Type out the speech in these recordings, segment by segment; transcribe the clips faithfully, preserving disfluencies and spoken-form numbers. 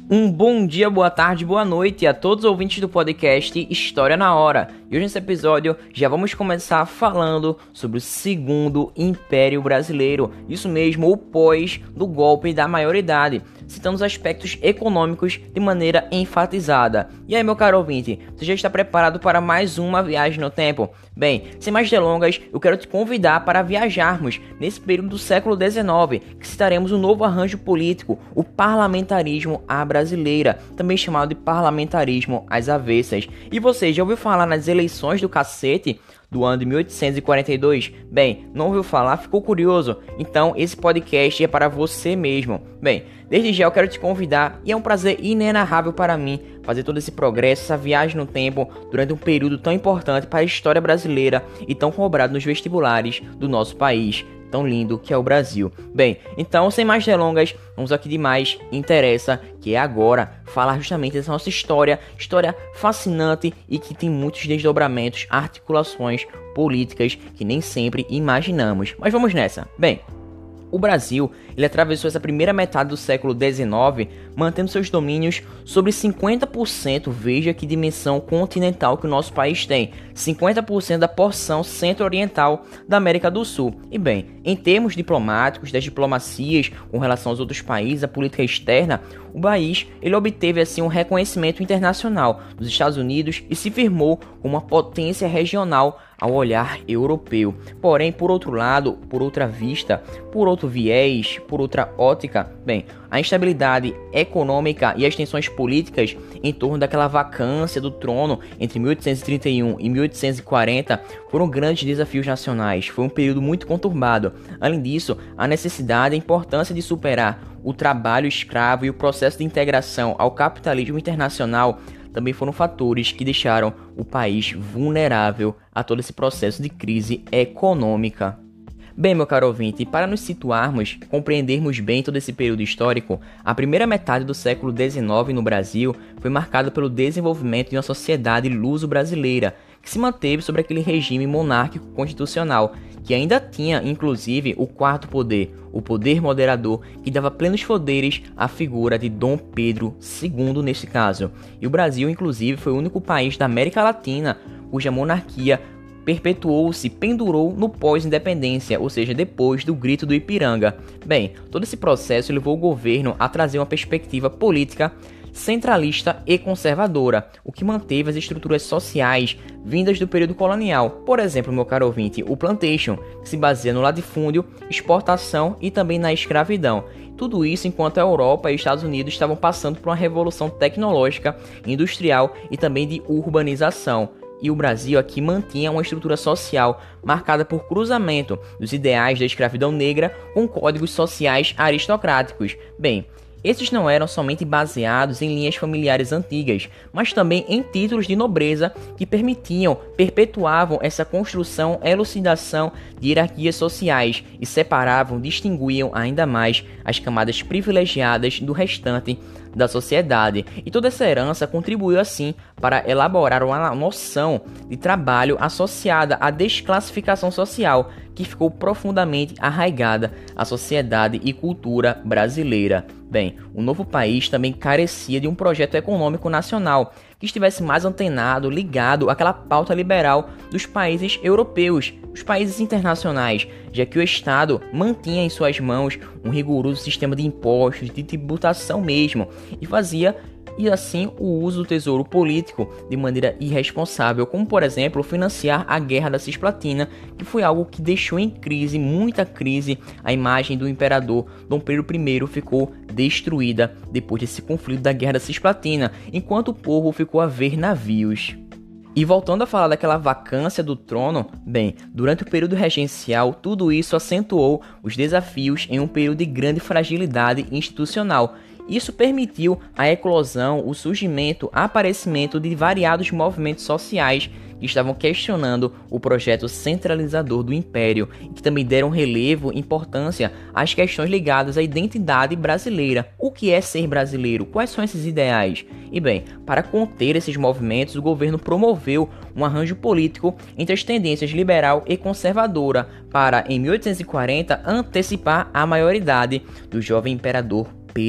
Um bom dia, boa tarde, boa noite a todos os ouvintes do podcast História na Hora. E hoje nesse episódio já vamos começar falando sobre o segundo Império Brasileiro. Isso mesmo, o pós do golpe da maioridade, citando os aspectos econômicos de maneira enfatizada. E aí, meu caro ouvinte, você já está preparado para mais uma viagem no tempo? Bem, sem mais delongas, eu quero te convidar para viajarmos nesse período do século dezenove, que citaremos um novo arranjo político, o parlamentarismo à brasileira, também chamado de parlamentarismo às avessas. E você já ouviu falar nas eleições do cacete do ano de mil oitocentos e quarenta e dois? Bem, não ouviu falar? Ficou curioso? Então esse podcast é para você mesmo. Bem, desde já eu quero te convidar e é um prazer inenarrável para mim fazer todo esse progresso, essa viagem no tempo durante um período tão importante para a história brasileira e tão cobrado nos vestibulares do nosso país tão lindo que é o Brasil. Bem, então sem mais delongas, vamos ao que de mais interessa, que é agora falar justamente dessa nossa história, história fascinante e que tem muitos desdobramentos, articulações políticas que nem sempre imaginamos. Mas vamos nessa. Bem, o Brasil, ele atravessou essa primeira metade do século dezenove mantendo seus domínios sobre cinquenta por cento, veja que dimensão continental que o nosso país tem, cinquenta por cento da porção centro-oriental da América do Sul. E bem, em termos diplomáticos, das diplomacias com relação aos outros países, a política externa, o país ele obteve assim um reconhecimento internacional dos Estados Unidos e se firmou como uma potência regional ao olhar europeu. Porém, por outro lado, por outra vista, por outro viés, por outra ótica, bem, a instabilidade econômica e as tensões políticas em torno daquela vacância do trono entre mil oitocentos e trinta e um e mil oitocentos e quarenta foram grandes desafios nacionais. Foi um período muito conturbado. Além disso, a necessidade e a importância de superar o trabalho escravo e o processo de integração ao capitalismo internacional também foram fatores que deixaram o país vulnerável a todo esse processo de crise econômica. Bem, meu caro ouvinte, para nos situarmos, compreendermos bem todo esse período histórico, a primeira metade do século dezenove no Brasil foi marcada pelo desenvolvimento de uma sociedade luso-brasileira, que se manteve sobre aquele regime monárquico constitucional, que ainda tinha, inclusive, o quarto poder, o poder moderador, que dava plenos poderes à figura de Dom Pedro segundo nesse caso. E o Brasil, inclusive, foi o único país da América Latina cuja monarquia perpetuou-se, pendurou no pós-independência, ou seja, depois do Grito do Ipiranga. Bem, todo esse processo levou o governo a trazer uma perspectiva política centralista e conservadora, o que manteve as estruturas sociais vindas do período colonial. Por exemplo, meu caro ouvinte, o plantation, que se baseia no latifúndio, exportação e também na escravidão. Tudo isso enquanto a Europa e os Estados Unidos estavam passando por uma revolução tecnológica, industrial e também de urbanização. E o Brasil aqui mantinha uma estrutura social marcada por cruzamento dos ideais da escravidão negra com códigos sociais aristocráticos. Bem, esses não eram somente baseados em linhas familiares antigas, mas também em títulos de nobreza que permitiam, perpetuavam essa construção, elucidação de hierarquias sociais e separavam, distinguiam ainda mais as camadas privilegiadas do restante da sociedade. E toda essa herança contribuiu assim para elaborar uma noção de trabalho associada à desclassificação social que ficou profundamente arraigada à sociedade e cultura brasileira. Bem, o novo país também carecia de um projeto econômico nacional que estivesse mais antenado, ligado àquela pauta liberal dos países europeus, os países internacionais, já que o Estado mantinha em suas mãos um rigoroso sistema de impostos, de tributação mesmo, e fazia e assim o uso do tesouro político de maneira irresponsável, como por exemplo financiar a Guerra da Cisplatina, que foi algo que deixou em crise, muita crise, a imagem do imperador Dom Pedro I ficou destruída depois desse conflito da Guerra da Cisplatina, enquanto o povo ficou a ver navios. E voltando a falar daquela vacância do trono, bem, durante o período regencial, tudo isso acentuou os desafios em um período de grande fragilidade institucional. Isso permitiu a eclosão, o surgimento, aparecimento de variados movimentos sociais que estavam questionando o projeto centralizador do Império e que também deram relevo e importância às questões ligadas à identidade brasileira. O que é ser brasileiro? Quais são esses ideais? E bem, para conter esses movimentos, o governo promoveu um arranjo político entre as tendências liberal e conservadora para, em mil oitocentos e quarenta, antecipar a maioridade do jovem imperador Pedro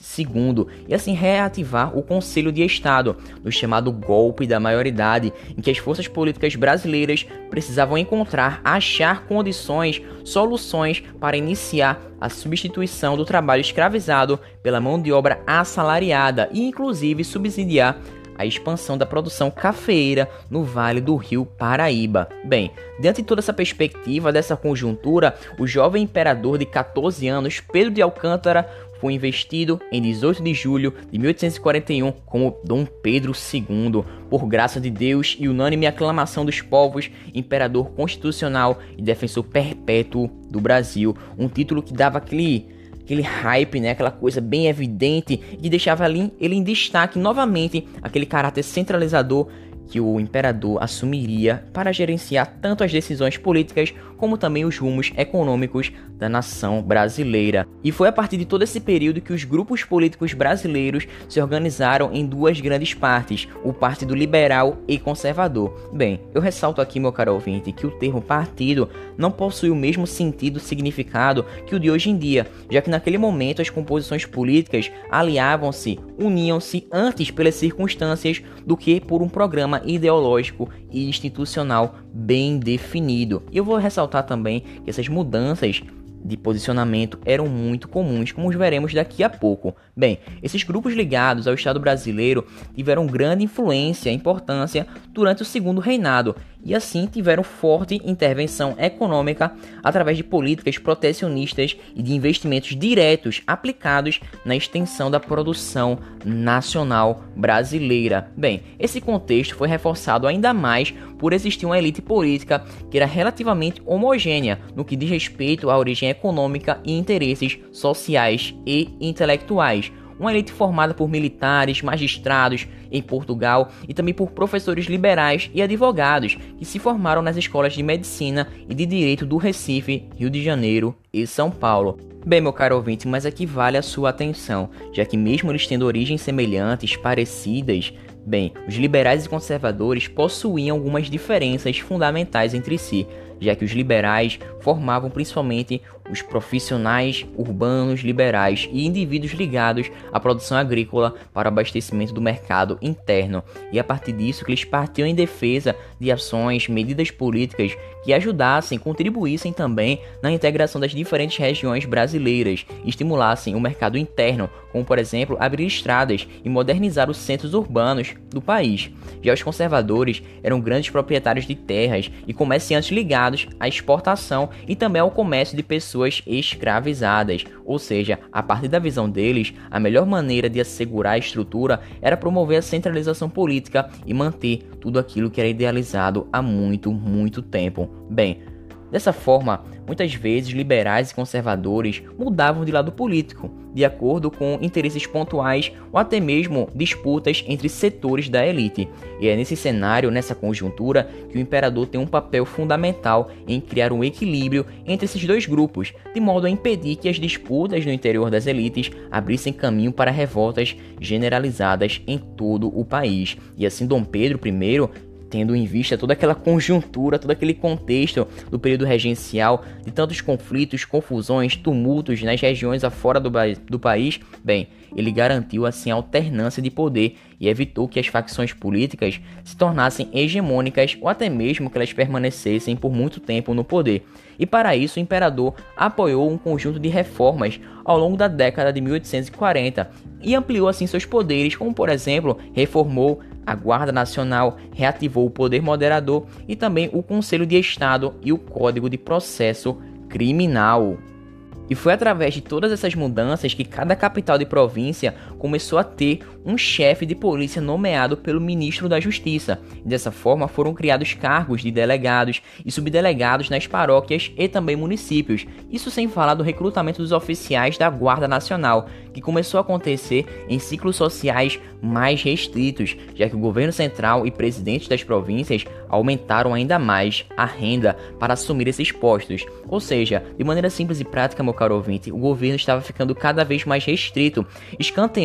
segundo e assim reativar o Conselho de Estado, no chamado golpe da maioridade, em que as forças políticas brasileiras precisavam encontrar, achar condições, soluções para iniciar a substituição do trabalho escravizado pela mão de obra assalariada e inclusive subsidiar a expansão da produção cafeeira no Vale do Rio Paraíba. Bem, diante de toda essa perspectiva, dessa conjuntura, o jovem imperador de catorze anos, Pedro de Alcântara, foi investido em dezoito de julho de mil oitocentos e quarenta e um como Dom Pedro segundo, por graça de Deus e unânime aclamação dos povos, imperador constitucional e defensor perpétuo do Brasil, um título que dava aquele aquele hype, né, aquela coisa bem evidente que deixava ali ele em destaque novamente aquele caráter centralizador que o imperador assumiria para gerenciar tanto as decisões políticas como também os rumos econômicos da nação brasileira. E foi a partir de todo esse período que os grupos políticos brasileiros se organizaram em duas grandes partes, o Partido Liberal e Conservador. Bem, eu ressalto aqui, meu caro ouvinte, que o termo partido não possui o mesmo sentido e significado que o de hoje em dia, já que naquele momento as composições políticas aliavam-se, uniam-se antes pelas circunstâncias do que por um programa ideológico e institucional bem definido. E eu vou ressaltar também que essas mudanças de posicionamento eram muito comuns, como veremos daqui a pouco. Bem, esses grupos ligados ao Estado brasileiro tiveram grande influência e importância durante o segundo reinado, e assim tiveram forte intervenção econômica através de políticas protecionistas e de investimentos diretos aplicados na extensão da produção nacional brasileira. Bem, esse contexto foi reforçado ainda mais por existir uma elite política que era relativamente homogênea no que diz respeito à origem econômica e interesses sociais e intelectuais. Uma elite formada por militares, magistrados em Portugal e também por professores liberais e advogados que se formaram nas escolas de medicina e de direito do Recife, Rio de Janeiro e São Paulo. Bem, meu caro ouvinte, mas aqui vale a sua atenção, já que mesmo eles tendo origens semelhantes, parecidas, bem, os liberais e conservadores possuíam algumas diferenças fundamentais entre si, já que os liberais formavam principalmente os profissionais urbanos liberais e indivíduos ligados à produção agrícola para o abastecimento do mercado interno, e a partir disso que eles partiam em defesa de ações, medidas políticas que ajudassem, contribuíssem também na integração das diferentes regiões brasileiras e estimulassem o mercado interno, como por exemplo abrir estradas e modernizar os centros urbanos do país. Já os conservadores eram grandes proprietários de terras e comerciantes ligados à exportação e também ao comércio de pessoas escravizadas, ou seja, a partir da visão deles, a melhor maneira de assegurar a estrutura era promover a centralização política e manter tudo aquilo que era idealizado há muito, muito tempo. Bem, dessa forma, muitas vezes liberais e conservadores mudavam de lado político, de acordo com interesses pontuais ou até mesmo disputas entre setores da elite. E é nesse cenário, nessa conjuntura, que o imperador tem um papel fundamental em criar um equilíbrio entre esses dois grupos, de modo a impedir que as disputas no interior das elites abrissem caminho para revoltas generalizadas em todo o país. E assim Dom Pedro I, tendo em vista toda aquela conjuntura, todo aquele contexto do período regencial, de tantos conflitos, confusões, tumultos nas regiões afora do, do país, bem, ele garantiu assim a alternância de poder e evitou que as facções políticas se tornassem hegemônicas ou até mesmo que elas permanecessem por muito tempo no poder. E para isso o imperador apoiou um conjunto de reformas ao longo da década de mil oitocentos e quarenta e ampliou assim seus poderes, como por exemplo, reformou a Guarda Nacional, reativou o poder moderador e também o Conselho de Estado e o Código de Processo Criminal. E foi através de todas essas mudanças que cada capital de província começou a ter um chefe de polícia nomeado pelo ministro da Justiça. E dessa forma foram criados cargos de delegados e subdelegados nas paróquias e também municípios. Isso sem falar do recrutamento dos oficiais da Guarda Nacional, que começou a acontecer em ciclos sociais mais restritos, já que o governo central e presidentes das províncias aumentaram ainda mais a renda para assumir esses postos. Ou seja, de maneira simples e prática, meu caro ouvinte, o governo estava ficando cada vez mais restrito, escanteando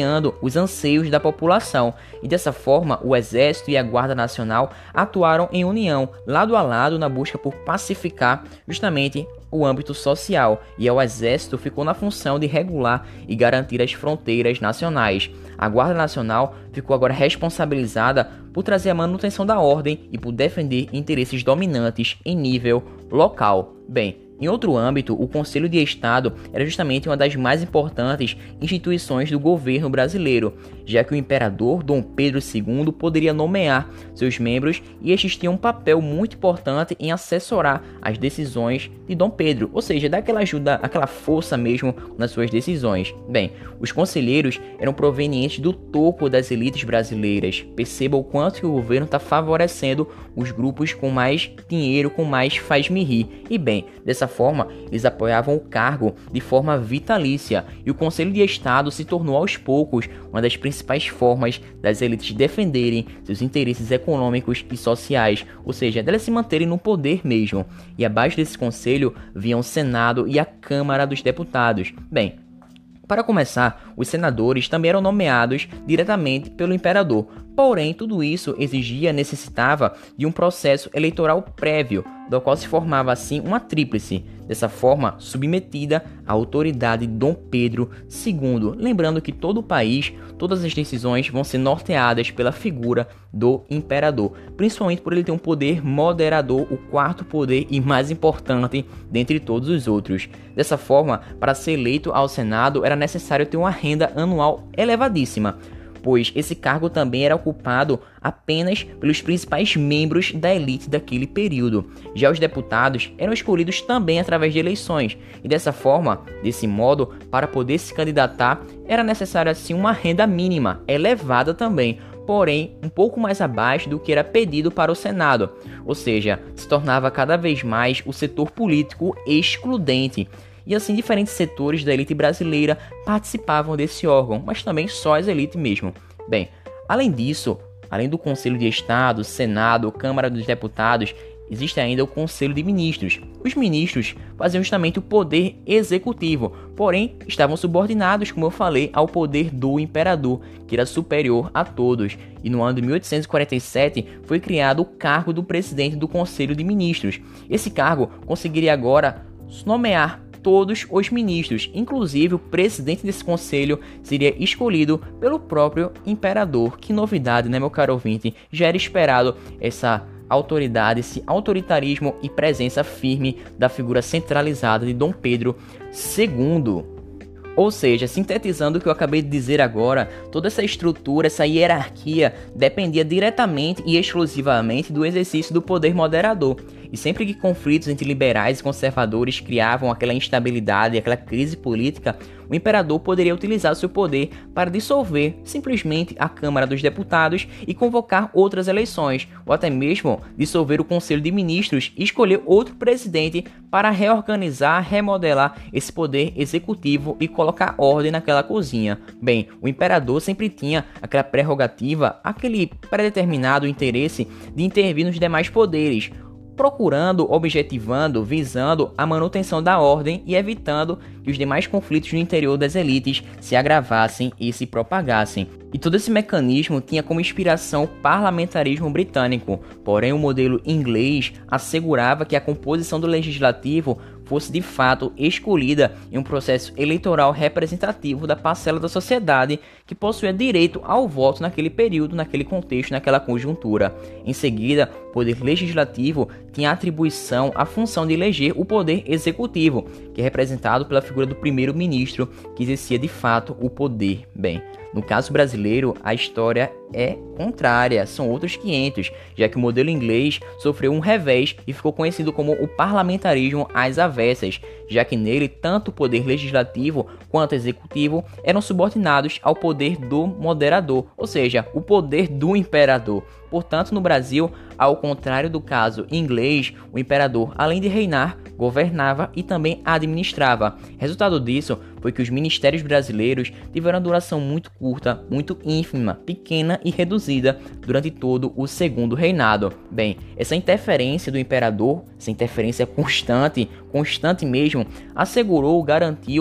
saciando os anseios da população, e dessa forma o Exército e a Guarda Nacional atuaram em união, lado a lado, na busca por pacificar justamente o âmbito social, e o Exército ficou na função de regular e garantir as fronteiras nacionais. A Guarda Nacional ficou agora responsabilizada por trazer a manutenção da ordem e por defender interesses dominantes em nível local. Bem, em outro âmbito, o Conselho de Estado era justamente uma das mais importantes instituições do governo brasileiro, já que o imperador Dom Pedro segundo poderia nomear seus membros e estes tinham um papel muito importante em assessorar as decisões de Dom Pedro, ou seja, dar aquela ajuda, aquela força mesmo nas suas decisões. Bem, os conselheiros eram provenientes do topo das elites brasileiras. Perceba o quanto que o governo está favorecendo os grupos com mais dinheiro, com mais faz-me-rir. E bem, dessa forma, eles apoiavam o cargo de forma vitalícia, e o Conselho de Estado se tornou aos poucos uma das principais formas das elites defenderem seus interesses econômicos e sociais, ou seja, delas se manterem no poder mesmo. E abaixo desse conselho vinham o Senado e a Câmara dos Deputados. Bem, para começar, os senadores também eram nomeados diretamente pelo imperador, porém tudo isso exigia, necessitava de um processo eleitoral prévio, do qual se formava assim uma tríplice, dessa forma submetida à autoridade de Dom Pedro segundo, lembrando que todo o país, todas as decisões vão ser norteadas pela figura do imperador, principalmente por ele ter um poder moderador, o quarto poder e mais importante dentre todos os outros. Dessa forma, para ser eleito ao Senado era necessário ter uma renda anual elevadíssima, pois esse cargo também era ocupado apenas pelos principais membros da elite daquele período. Já os deputados eram escolhidos também através de eleições, e dessa forma, desse modo, para poder se candidatar, era necessário assim uma renda mínima, elevada também, porém um pouco mais abaixo do que era pedido para o Senado, ou seja, se tornava cada vez mais o setor político excludente. E assim diferentes setores da elite brasileira participavam desse órgão, mas também só as elites mesmo. Bem, além disso, além do Conselho de Estado, Senado, Câmara dos Deputados, existe ainda o Conselho de Ministros. Os ministros faziam justamente o poder executivo, porém estavam subordinados, como eu falei, ao poder do imperador, que era superior a todos. E no ano de mil oitocentos e quarenta e sete foi criado o cargo do presidente do Conselho de Ministros. Esse cargo conseguiria agora nomear todos os ministros, inclusive o presidente desse conselho seria escolhido pelo próprio imperador. Que novidade, né, meu caro ouvinte? Já era esperado essa autoridade, esse autoritarismo e presença firme da figura centralizada de Dom Pedro segundo. Ou seja, sintetizando o que eu acabei de dizer agora, toda essa estrutura, essa hierarquia dependia diretamente e exclusivamente do exercício do poder moderador. E sempre que conflitos entre liberais e conservadores criavam aquela instabilidade, aquela crise política, o imperador poderia utilizar seu poder para dissolver simplesmente a Câmara dos Deputados e convocar outras eleições, ou até mesmo dissolver o Conselho de Ministros e escolher outro presidente para reorganizar, remodelar esse poder executivo e colocar ordem naquela cozinha. Bem, o imperador sempre tinha aquela prerrogativa, aquele predeterminado interesse de intervir nos demais poderes, procurando, objetivando, visando a manutenção da ordem e evitando que os demais conflitos no interior das elites se agravassem e se propagassem. E todo esse mecanismo tinha como inspiração o parlamentarismo britânico, porém o modelo inglês assegurava que a composição do legislativo fosse de fato escolhida em um processo eleitoral representativo da parcela da sociedade que possuía direito ao voto naquele período, naquele contexto, naquela conjuntura. Em seguida, o poder legislativo tinha a atribuição, a função de eleger o poder executivo, que é representado pela figura do primeiro-ministro, que exercia de fato o poder. Bem, no caso brasileiro, a história é contrária, são outros quinhentos, já que o modelo inglês sofreu um revés e ficou conhecido como o parlamentarismo às avessas, já que nele tanto o poder legislativo quanto o executivo eram subordinados ao poder do moderador, ou seja, o poder do imperador. Portanto, no Brasil, ao contrário do caso inglês, o imperador, além de reinar, governava e também administrava. Resultado disso foi que os ministérios brasileiros tiveram uma duração muito curta, muito ínfima, pequena e reduzida durante todo o segundo reinado. Bem, essa interferência do imperador, essa interferência constante, constante mesmo, assegurou, garantiu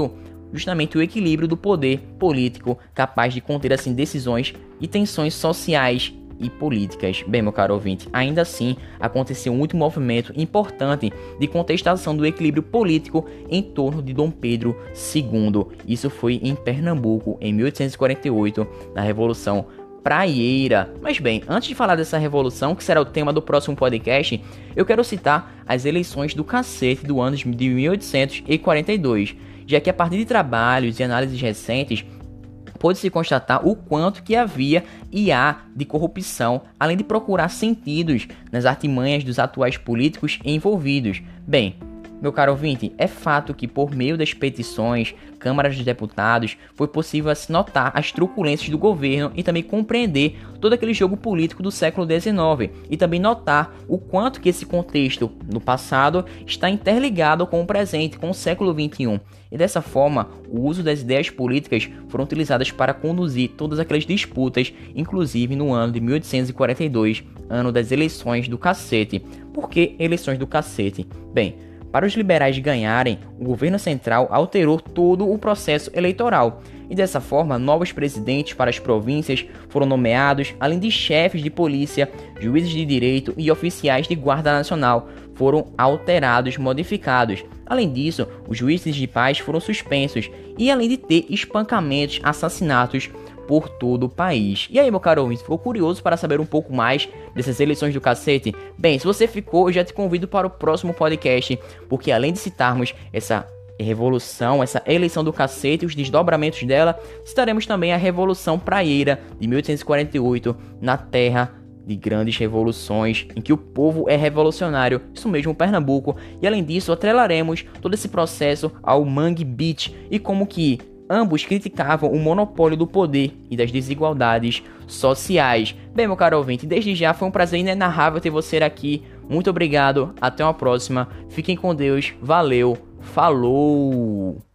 justamente o equilíbrio do poder político capaz de conter assim decisões e tensões sociais e políticas. Bem, meu caro ouvinte, ainda assim aconteceu um último movimento importante de contestação do equilíbrio político em torno de Dom Pedro segundo. Isso foi em Pernambuco, em mil oitocentos e quarenta e oito, na Revolução Praieira. Mas bem, antes de falar dessa revolução, que será o tema do próximo podcast, eu quero citar as eleições do cacete do ano de mil oitocentos e quarenta e dois, já que a partir de trabalhos e análises recentes, pôde-se constatar o quanto que havia e há de corrupção, além de procurar sentidos nas artimanhas dos atuais políticos envolvidos. Bem, meu caro ouvinte, é fato que por meio das petições, câmaras dos deputados, foi possível assim, notar as truculências do governo e também compreender todo aquele jogo político do século dezenove e também notar o quanto que esse contexto no passado está interligado com o presente, com o século vinte e um. E dessa forma, o uso das ideias políticas foram utilizadas para conduzir todas aquelas disputas, inclusive no ano de mil oitocentos e quarenta e dois, ano das eleições do cacete. Por que eleições do cacete? Bem, para os liberais ganharem, o governo central alterou todo o processo eleitoral e dessa forma novos presidentes para as províncias foram nomeados, além de chefes de polícia, juízes de direito e oficiais de guarda nacional foram alterados, modificados. Além disso, os juízes de paz foram suspensos e além de ter espancamentos, assassinatos por todo o país. E aí, meu caro ouvinte, ficou curioso para saber um pouco mais dessas eleições do cacete? Bem, se você ficou, eu já te convido para o próximo podcast, porque além de citarmos essa revolução, essa eleição do cacete e os desdobramentos dela, citaremos também a Revolução Praieira de mil oitocentos e quarenta e oito, na terra de grandes revoluções, em que o povo é revolucionário, isso mesmo, Pernambuco, e além disso, atrelaremos todo esse processo ao Mangue Beach e como que ambos criticavam o monopólio do poder e das desigualdades sociais. Bem, meu caro ouvinte, desde já foi um prazer inenarrável ter você aqui. Muito obrigado, até uma próxima. Fiquem com Deus, valeu, falou!